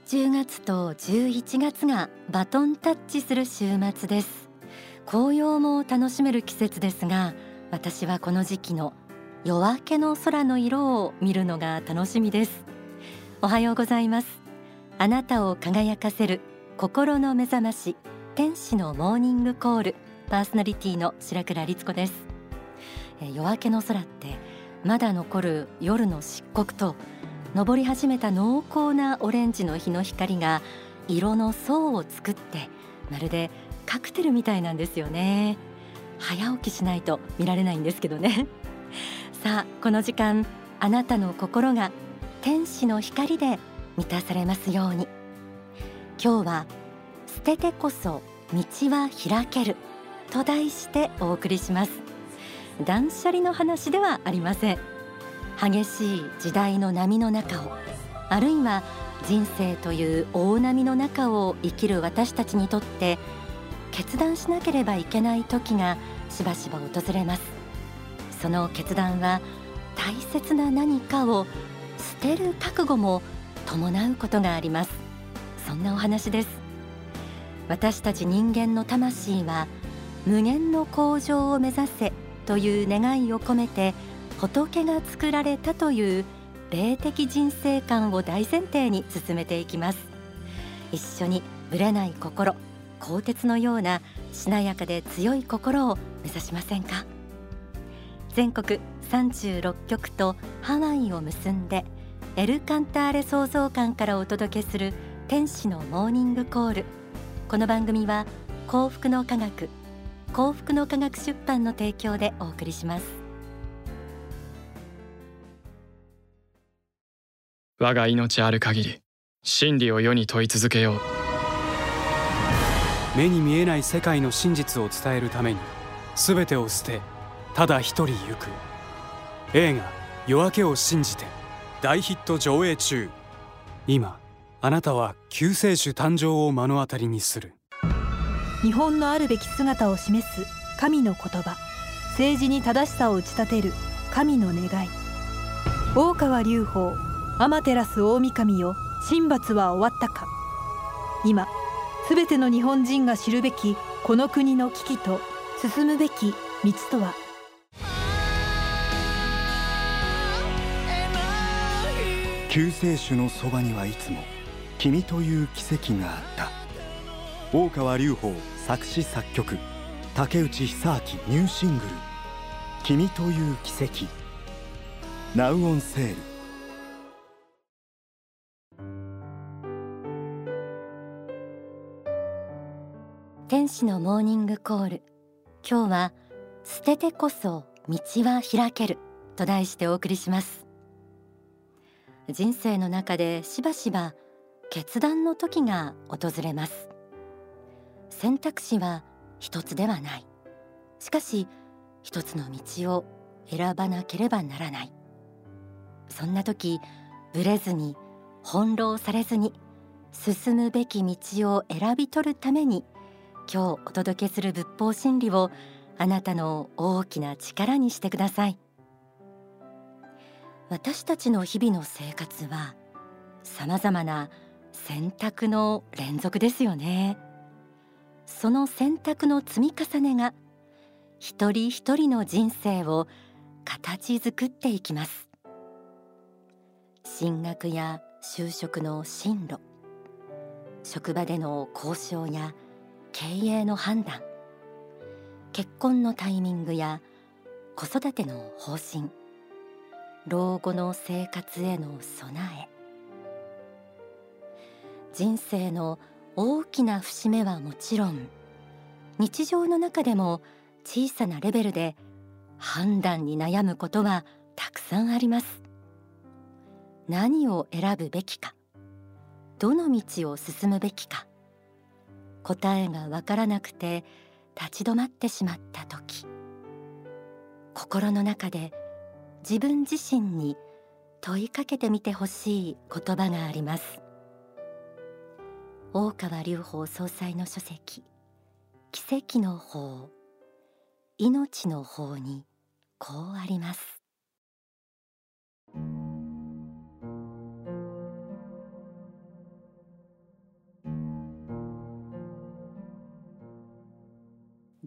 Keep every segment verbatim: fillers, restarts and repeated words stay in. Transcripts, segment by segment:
じゅうがつとじゅういちがつがバトンタッチする週末です。紅葉も楽しめる季節ですが、私はこの時期の夜明けの空の色を見るのが楽しみです。おはようございます。あなたを輝かせる心の目覚まし、天使のモーニングコール、パーソナリティの白倉律子です。え夜明けの空ってまだ残る夜の漆黒と昇り始めた濃厚なオレンジの日の光が色の層を作って、まるでカクテルみたいなんですよね。早起きしないと見られないんですけどね。さあ、この時間、あなたの心が天使の光で満たされますように。今日は捨ててこそ道は開けると題してお送りします。断捨離の話ではありません。激しい時代の波の中を、あるいは人生という大波の中を生きる私たちにとって決断しなければいけない時がしばしば訪れます。その決断は大切な何かを捨てる覚悟も伴うことがあります。そんなお話です。私たち人間の魂は無限の向上を目指せという願いを込めて仏が作られたという霊的人生観を大前提に進めていきます。一緒にぶれない心、鋼鉄のようなしなやかで強い心を目指しませんか。全国さんじゅうろっきょくとハワイを結んでエルカンターレ創造館からお届けする天使のモーニングコール。この番組は幸福の科学、幸福の科学出版の提供でお送りします。 我が命ある限り真理を世に問い続けよう。 目に見えない世界の真実を伝えるために全てを捨て、ただ一人行く。映画夜明けを信じて大ヒット上映中。今あなたは救世主誕生を目の当たりにする。 日本のあるべき姿を示す神の言葉、政治に正しさを打ち立てる神の願い。大川隆法、天照大神よ、神罰は終わったか。今すべての日本人が知るべきこの国の危機と進むべき道とは。 救世主のそばにはいつも君という奇跡があった。大川隆法作詞作曲、竹内久明ニューシングル「君という奇跡」。ナウオンセール。 天使のモーニングコール。今日は捨ててこそ道は開けると題してお送りします。人生の中でしばしば決断の時が訪れます。選択肢は一つではない。しかし一つの道を選ばなければならない。そんな時、ぶれずに翻弄されずに進むべき道を選び取るために、今日お届けする仏法真理をあなたの大きな力にしてください。私たちの日々の生活はさまざまな選択の連続ですよね。その選択の積み重ねが一人一人の人生を形作っていきます。進学や就職の進路、職場での交渉や経営の判断、結婚のタイミングや子育ての方針、老後の生活への備え。人生の大きな節目はもちろん、日常の中でも小さなレベルで判断に悩むことはたくさんあります。何を選ぶべきか、どの道を進むべきか、答えがわからなくて立ち止まってしまったとき、心の中で自分自身に問いかけてみてほしい言葉があります。大川隆法総裁の書籍、奇跡の法、命の法にこうあります。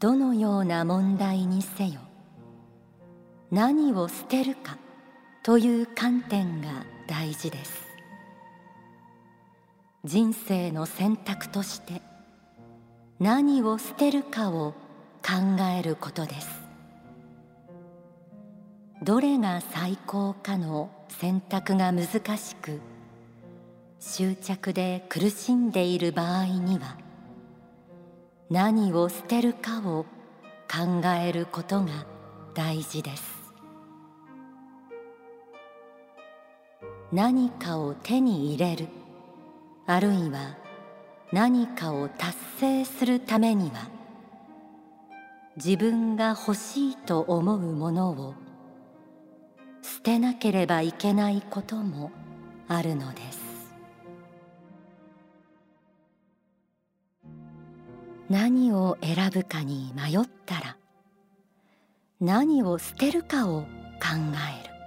どのような問題にせよ、何を捨てるかという観点が大事です。人生の選択として何を捨てるかを考えることです。どれが最高かの選択が難しく、執着で苦しんでいる場合には、何を捨てるかを考えることが大事です。何かを手に入れる、あるいは何かを達成するためには、自分が欲しいと思うものを捨てなければいけないこともあるのです。何を選ぶかに迷ったら、何を捨てるかを考える。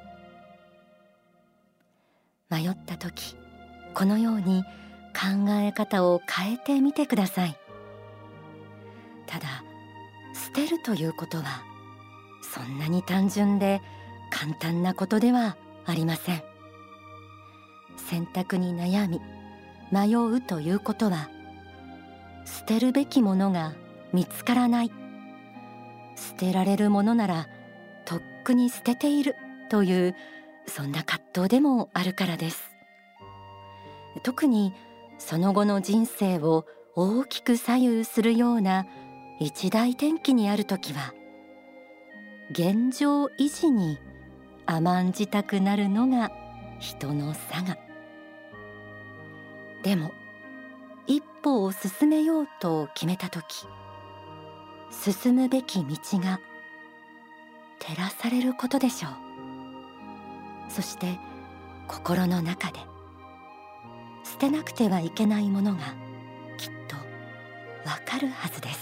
迷ったとき、このように考え方を変えてみてください。ただ、捨てるということはそんなに単純で簡単なことではありません。選択に悩み迷うということは、捨てるべきものが見つからない、捨てられるものならとっくに捨てているという、そんな葛藤でもあるからです。特にその後の人生を大きく左右するような一大転機にあるときは、現状維持に甘んじたくなるのが人の性。でも一歩を進めようと決めたとき、進むべき道が照らされることでしょう。そして心の中で捨てなくてはいけないものがきっとわかるはずです。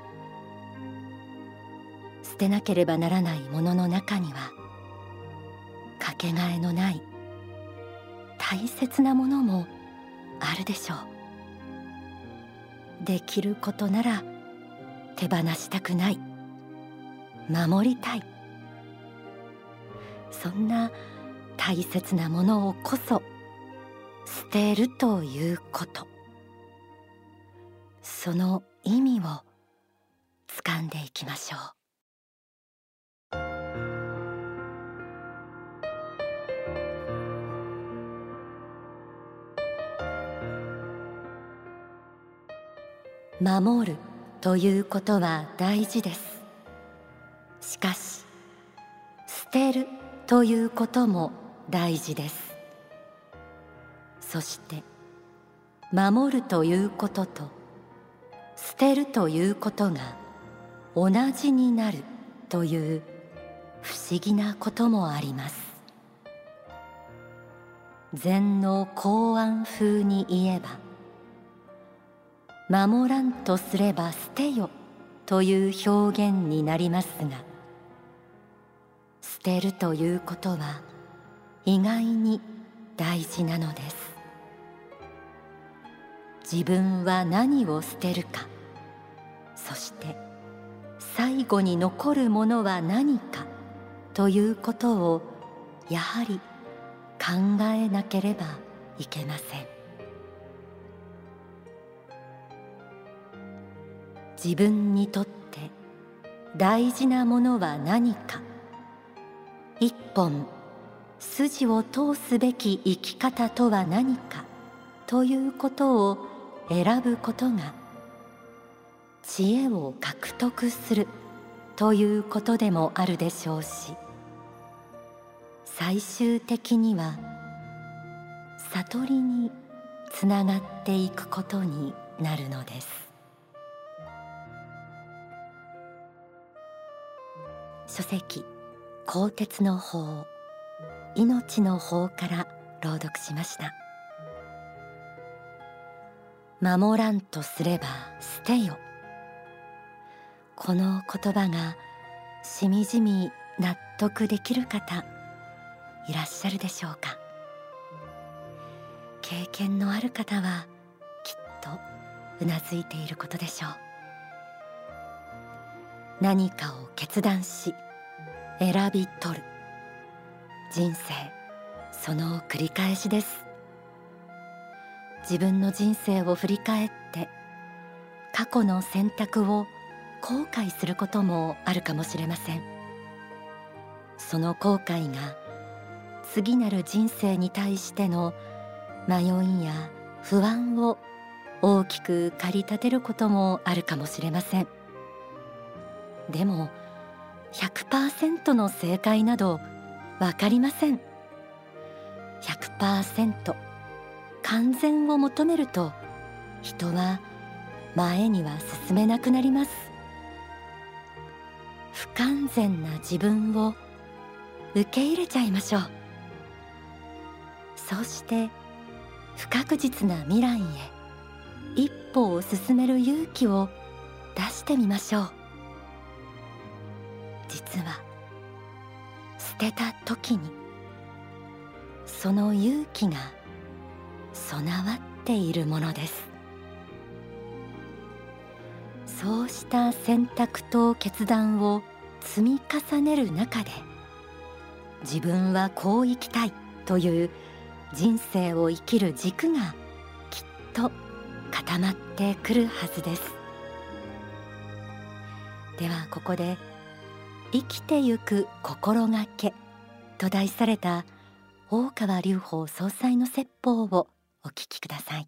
捨てなければならないものの中には、かけがえのない大切なものもあるでしょう。できることなら手放したくない、守りたい、そんな大切なものをこそ捨てるということ、その意味を掴んでいきましょう。守るということは大事です。しかし、捨てるということも大事です。そして、守るということと捨てるということが同じになるという不思議なこともあります。禅の公案風に言えば、守らんとすれば捨てよという表現になりますが、捨てるということは意外に大事なのです。自分は何を捨てるか、そして最後に残るものは何かということをやはり考えなければいけません。自分にとって大事なものは何か、一本筋を通すべき生き方とは何かということを選ぶことが、知恵を獲得するということでもあるでしょうし、最終的には悟りにつながっていくことになるのです。書籍鋼鉄の法、命の法から朗読しました。守らんとすれば捨てよ。この言葉がしみじみ納得できる方いらっしゃるでしょうか。経験のある方はきっとうなずいていることでしょう。 何かを決断し選び取る。人生その繰り返しです。自分の人生を振り返って過去の選択を後悔することもあるかもしれません。その後悔が次なる人生に対しての迷いや不安を大きく駆り立てることもあるかもしれません。でも ひゃくパーセント の正解などわかりません。 ひゃくパーセント 完全を求めると人は前には進めなくなります。不完全な自分を受け入れちゃいましょう。そうして不確実な未来へ一歩を進める勇気を出してみましょう。実は捨てた時にその勇気が備わっているものです。そうした選択と決断を積み重ねる中で、自分はこう生きたいという人生を生きる軸がきっと固まってくるはずです。ではここで生きてゆく心がけと題された大川隆法総裁の説法をお聞きください。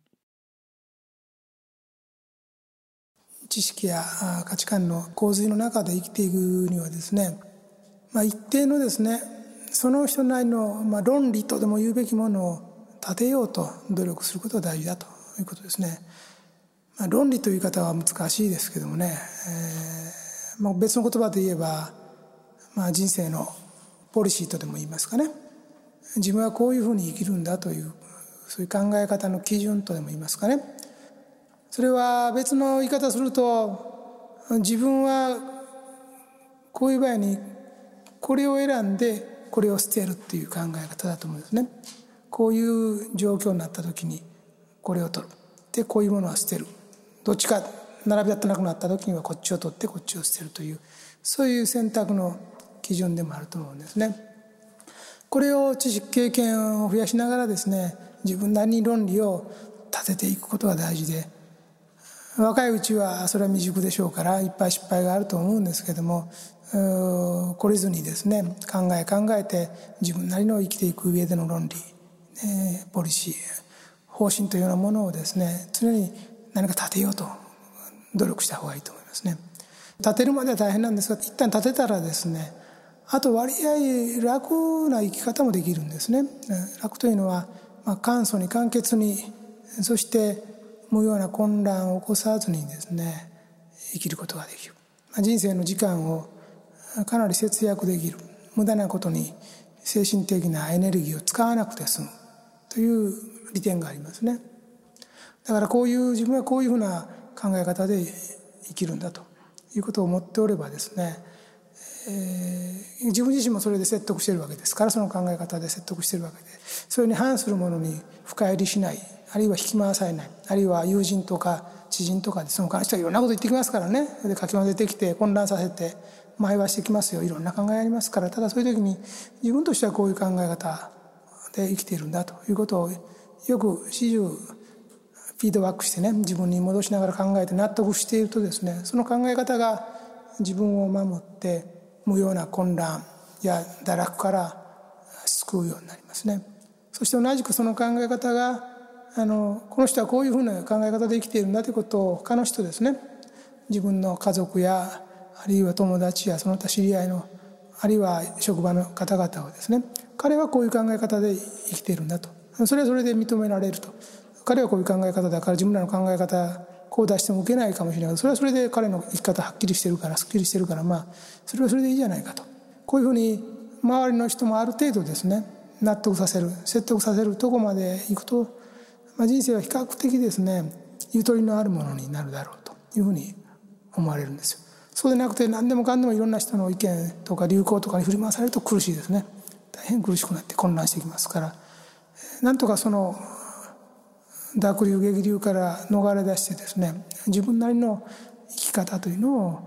知識や価値観の洪水の中で生きていくにはですね、まあ、一定のですねその人なりの、まあ、論理とでも言うべきものを立てようと努力することが大事だということですね。まあ、論理という言い方は難しいですけどもね、えーまあ、別の言葉で言えば、まあ、人生のポリシーとでも言いますかね、自分はこういうふうに生きるんだというそういう考え方の基準とでも言いますかね。それは別の言い方すると、自分はこういう場合にこれを選んでこれを捨てるっていう考え方だと思うんですね。こういう状況になった時にこれを取る、でこういうものは捨てる、どっちか並び立たなくなった時にはこっちを取ってこっちを捨てるという、そういう選択の基準でもあると思うんですね。これを知識経験を増やしながらですね、自分なりに論理を立てていくことが大事で、若いうちはそれは未熟でしょうからいっぱい失敗があると思うんですけども、懲りずにですね考え考えて自分なりの生きていく上での論理、えー、ポリシー、方針というようなものをですね常に何か立てようと努力した方がいいと思いますね。立てるまでは大変なんですが、一旦立てたらですね、あと割合楽な生き方もできるんですね。楽というのは、まあ、簡素に簡潔に、そして無用な混乱を起こさずにですね生きることができる、まあ、人生の時間をかなり節約できる、無駄なことに精神的なエネルギーを使わなくて済むという利点がありますね。だからこういう自分はこういうふうな考え方で生きるんだということを持っておればですね、えー、自分自身もそれで説得しているわけですから、その考え方で説得しているわけで、それに反するものに深入りしない、あるいは引き回されない、あるいは友人とか知人とかでその他の人はいろんなこと言ってきますからね、でかき混ぜてきて混乱させて迷わしてきますよ。いろんな考えありますから、ただそういう時に自分としてはこういう考え方で生きているんだということをよく始終フィードバックしてね、自分に戻しながら考えて納得しているとですね、その考え方が自分を守って無用な混乱や堕落から救うようになりますね。そして同じくその考え方があのこの人はこういうふうな考え方で生きているんだということを他の人ですね、自分の家族やあるいは友達やその他知り合いのあるいは職場の方々をですね、彼はこういう考え方で生きているんだと、それはそれで認められると、彼はこういう考え方だから自分らの考え方こう出しても受けないかもしれないけど、それはそれで彼の生き方はっきりしてるからすっきりしてるから、まあそれはそれでいいじゃないかと、こういうふうに周りの人もある程度ですね納得させる、説得させるとこまでいくと、まあ、人生は比較的ですねゆとりのあるものになるだろうというふうに思われるんですよ。そうでなくて何でもかんでもいろんな人の意見とか流行とかに振り回されると苦しいですね。大変苦しくなって混乱してきますから、なんとかその濁流激流から逃れ出してですね、自分なりの生き方というのを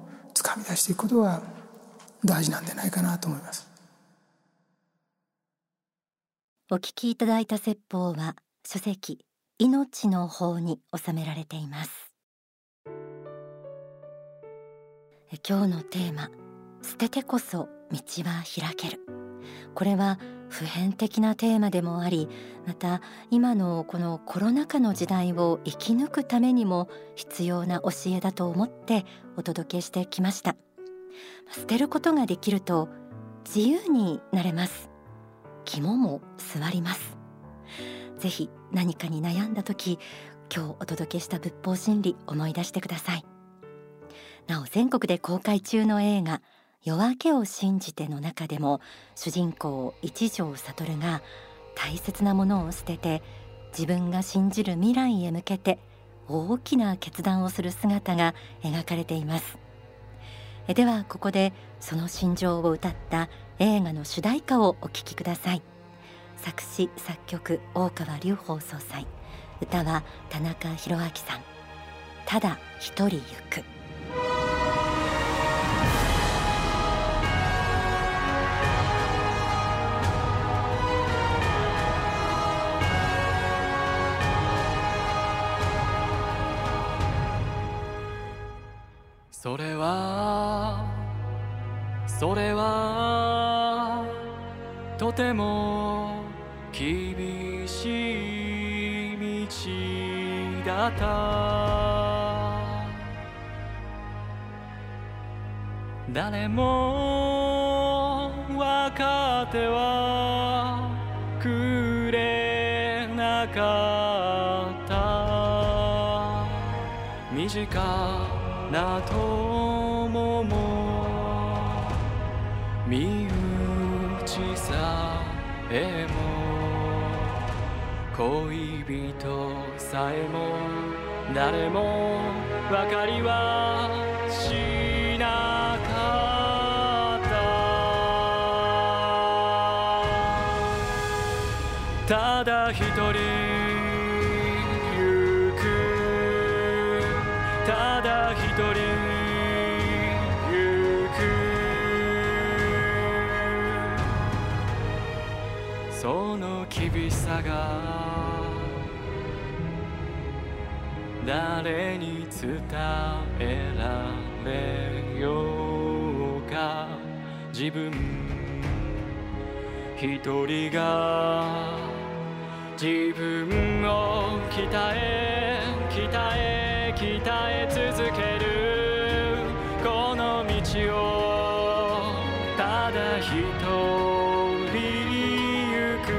掴み出していくことが大事なんじゃないかなと思います。 お聞きいただいた説法は書籍命の法に収められています。今日のテーマ、捨ててこそ道は開ける。これは普遍的なテーマでもあり、また今のこのコロナ禍の時代を生き抜くためにも必要な教えだと思ってお届けしてきました。捨てることができると自由になれます。肝も据わります。ぜひ何かに悩んだ時、今日お届けした仏法真理思い出してください。なお全国で公開中の映画夜明けを信じての中でも、主人公一条悟が大切なものを捨てて自分が信じる未来へ向けて大きな決断をする姿が描かれています。えではここでその心情を歌った映画の主題歌をお聴きください。作詞作曲大川隆法総裁、歌は田中宏明さん。ただ一人行く。 それはそれはとても厳しい道だった。誰も分かってはくれなかった。短な友も身内さえも恋人さえも誰も分かりはしなかった。ただ一人行く、ただ一人行く。その厳しさが誰に伝えられようか。自分一人が自分を鍛え鍛え鍛え続けるこの道をただ一人行く。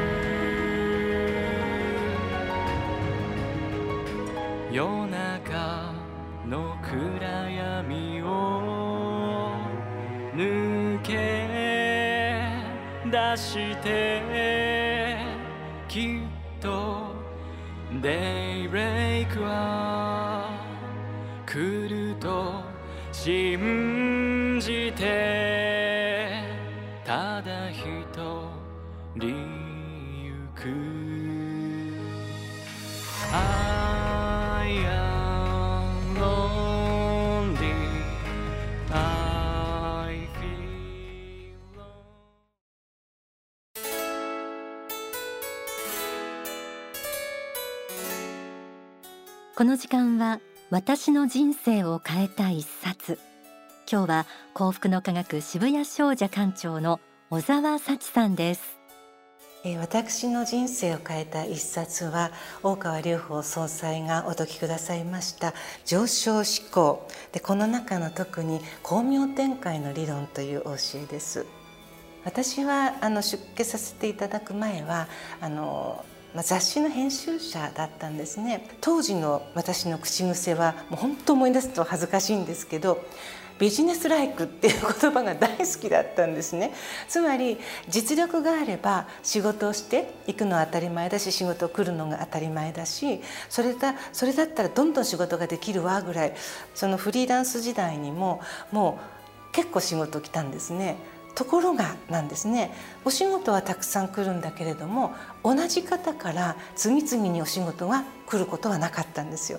夜中の暗闇を抜け出してきっとデイブレイクは来ると信じてただ一人行く。I am lonely, I feel lonely。 この時間は私の人生を変えた一冊。今日は幸福の科学渋谷商社館長の小沢幸さんです。 私の人生を変えた一冊は大川隆法総裁がお説きくださいました上昇志向で、この中の特に光明天界の理論という教えです。私はあの出家させていただく前はあの雑誌の編集者だったんですね。当時の私の口癖はもう本当思い出すと恥ずかしいんですけど、ビジネスライクっていう言葉が大好きだったんですね。つまり実力があれば仕事をして行くのは当たり前だし、仕事を来るのが当たり前だし、それだそれだったらどんどん仕事ができるわぐらい、そのフリーランス時代にももう結構仕事来たんですね。ところがなんですね、お仕事はたくさん来るんだけれども同じ方から次々にお仕事が来ることはなかったんですよ。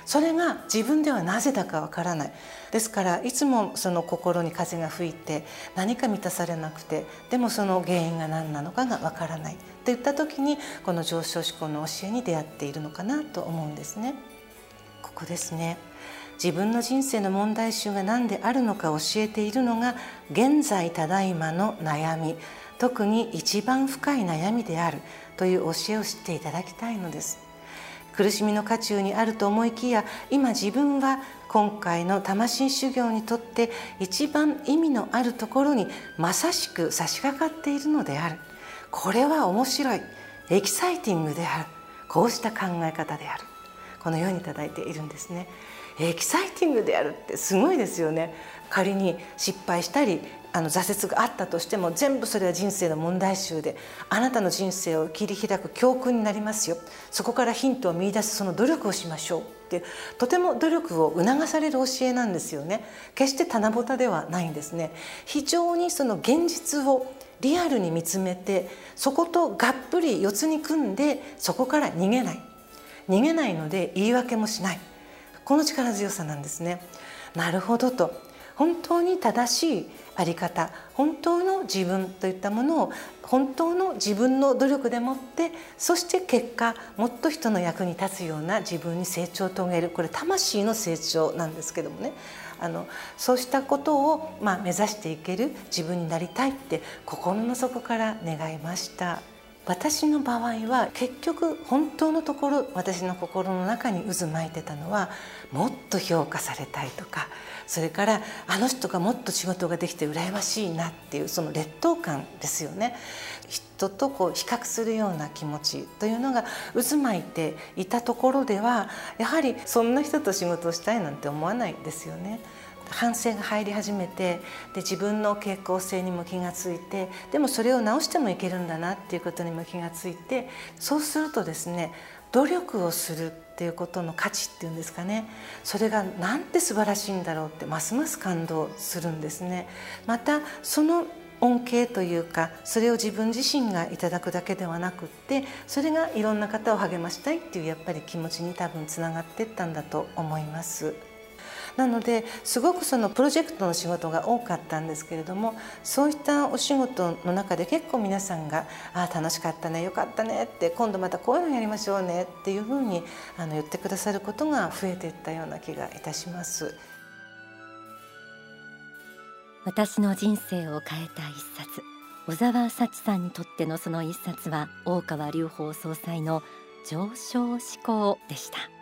それが自分ではなぜだかわからない。ですからいつもその心に風が吹いて何か満たされなくて、でもその原因が何なのかがわからないといった時に、この上昇志向の教えに出会っているのかなと思うんですね。ここですね。自分の人生の問題集が何であるのか教えているのが、現在ただいまの悩み、特に一番深い悩みであるという教えを知っていただきたいのです。苦しみの渦中にあると思いきや、今自分は今回の魂修行にとって一番意味のあるところにまさしく差し掛かっているのである。これは面白い、エキサイティングである、こうした考え方である、このようにいただいているんですね。エキサイティングであるってすごいですよね。仮に失敗したりあの挫折があったとしても、全部それは人生の問題集で、あなたの人生を切り開く教訓になりますよ、そこからヒントを見出すその努力をしましょうって、とても努力を促される教えなんですよね。決して棚ぼたではないんですね。非常にその現実をリアルに見つめて、そことがっぷり四つに組んで、そこから逃げない逃げないので言い訳もしない、この力強さなんですね。なるほどと、本当に正しいあり方、本当の自分といったものを本当の自分の努力でもって、そして結果もっと人の役に立つような自分に成長を遂げる、これ魂の成長なんですけどもね、あのそうしたことを、まあ、目指していける自分になりたいって心の底から願いました。私の場合は結局本当のところ、私の心の中に渦巻いてたのは、もっと評価されたいとか、それからあの人がもっと仕事ができて羨ましいなっていう、その劣等感ですよね。人とこう比較するような気持ちというのが渦巻いていたところでは、やはりそんな人と仕事をしたいなんて思わないですよね。反省が入り始めて、で自分の傾向性にも気がついて、でもそれを直してもいけるんだなっていうことにも気がついて、そうするとですね、努力をするっていうことの価値っていうんですかね、それがなんて素晴らしいんだろうってますます感動するんですね。またその恩恵というか、それを自分自身がいただくだけではなくって、それがいろんな方を励ましたいっていうやっぱり気持ちに多分つながっていったんだと思います。なのですごくそのプロジェクトの仕事が多かったんですけれども、そういったお仕事の中で結構皆さんが「ああ楽しかったね、よかったね」って、今度またこういうのやりましょうねっていうふうにあの言ってくださることが増えていったような気がいたします。 私の人生を変えた一冊、小沢幸さんにとってのその一冊は、大川隆法総裁の上昇志向でした。